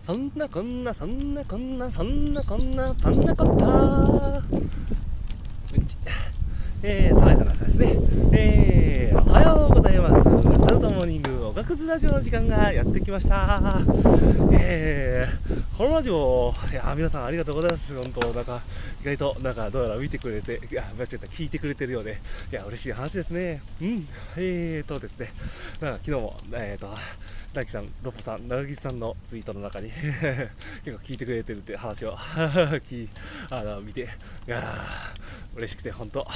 そんなこんなそんなこんなそんなこんなそんなこった爽やかな朝ですね。おはようございます。サルトモーニングおがくずラジオの時間がやってきました。このラジオ、皆さんありがとうございます。本当、なんか、意外と、なんか、どうやら見てくれて、聞いてくれてるようで、嬉しい話ですね。ですね、なんか昨日も、大樹さん、ロッポさん、長木さんのツイートの中に結構聞いてくれてるって話を見て、嬉しくて本当、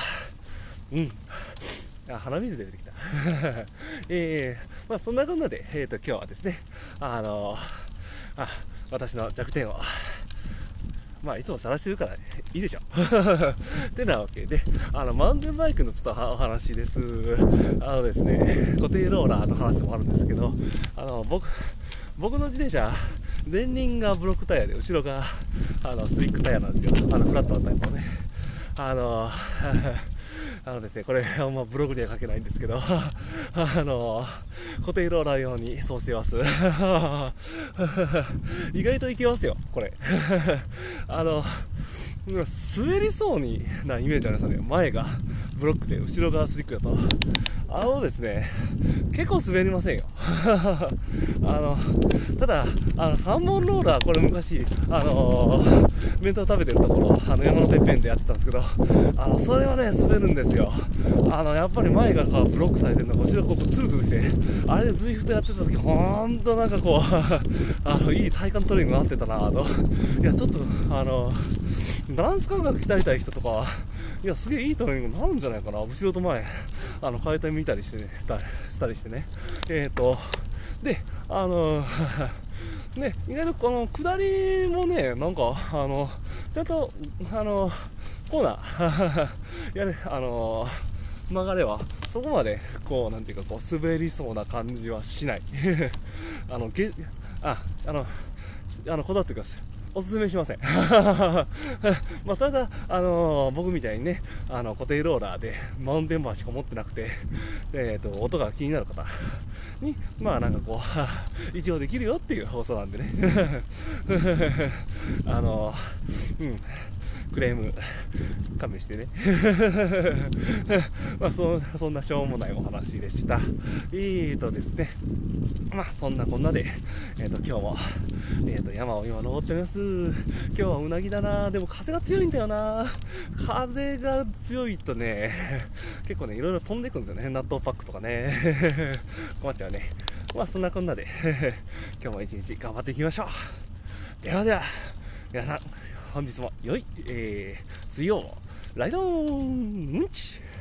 鼻水出てきた。そんなこんなで、今日はですね、私の弱点をいつも晒してるからいいでしょってなわけで、マウンテンバイクのちょっとお話です。ですね、固定ローラーの話もあるんですけど、僕の自転車、前輪がブロックタイヤで後ろがスリックタイヤなんですよ。フラットなタイプのね。ですね、これ、ブログには書けないんですけど、固定ローラー用にそうしてます。意外といけますよ、これ。滑りそうなイメージありますよね。前がブロックで後ろがスリックだと。ですね、結構滑りませんよ。ただ、3本ローラー、これ昔、弁当食べてるところ、山のてっぺんでやってたんですけど、それはね、滑るんですよ。やっぱり前がブロックされてるのが、後ろこうツルツルして、あれでズイフトやってた時、ほんとなんかこう、いい体幹トレーニングになってたなと。いや、ちょっと、バランス感覚鍛えたい人とか、すげえいいトレーニングになるんじゃないかな。後ろと前、変えてみたりしてね、したりしてね。で、ね、意外とこの下りもね、なんか、ちゃんと、コーナー、曲がれは、そこまで、こう、なんていうか、こう、滑りそうな感じはしない。こだわってください。おすすめしません。ただ、僕みたいにね、固定ローラーでマウンテンバーしか持ってなくて、音が気になる方に、なんかこう、一応できるよっていう放送なんでね。クレーム勘弁してね。そんなしょうもないお話でした。ですね、そんなこんなで、今日も、山を今登ってます。今日はうなぎだな。でも風が強いんだよな。風が強いとね、結構ね、いろいろ飛んでいくんですよね。納豆パックとかね。困っちゃうね。そんなこんなで、今日も一日頑張っていきましょう。ではでは、皆さん、本日も良い、水曜もライドーンうんち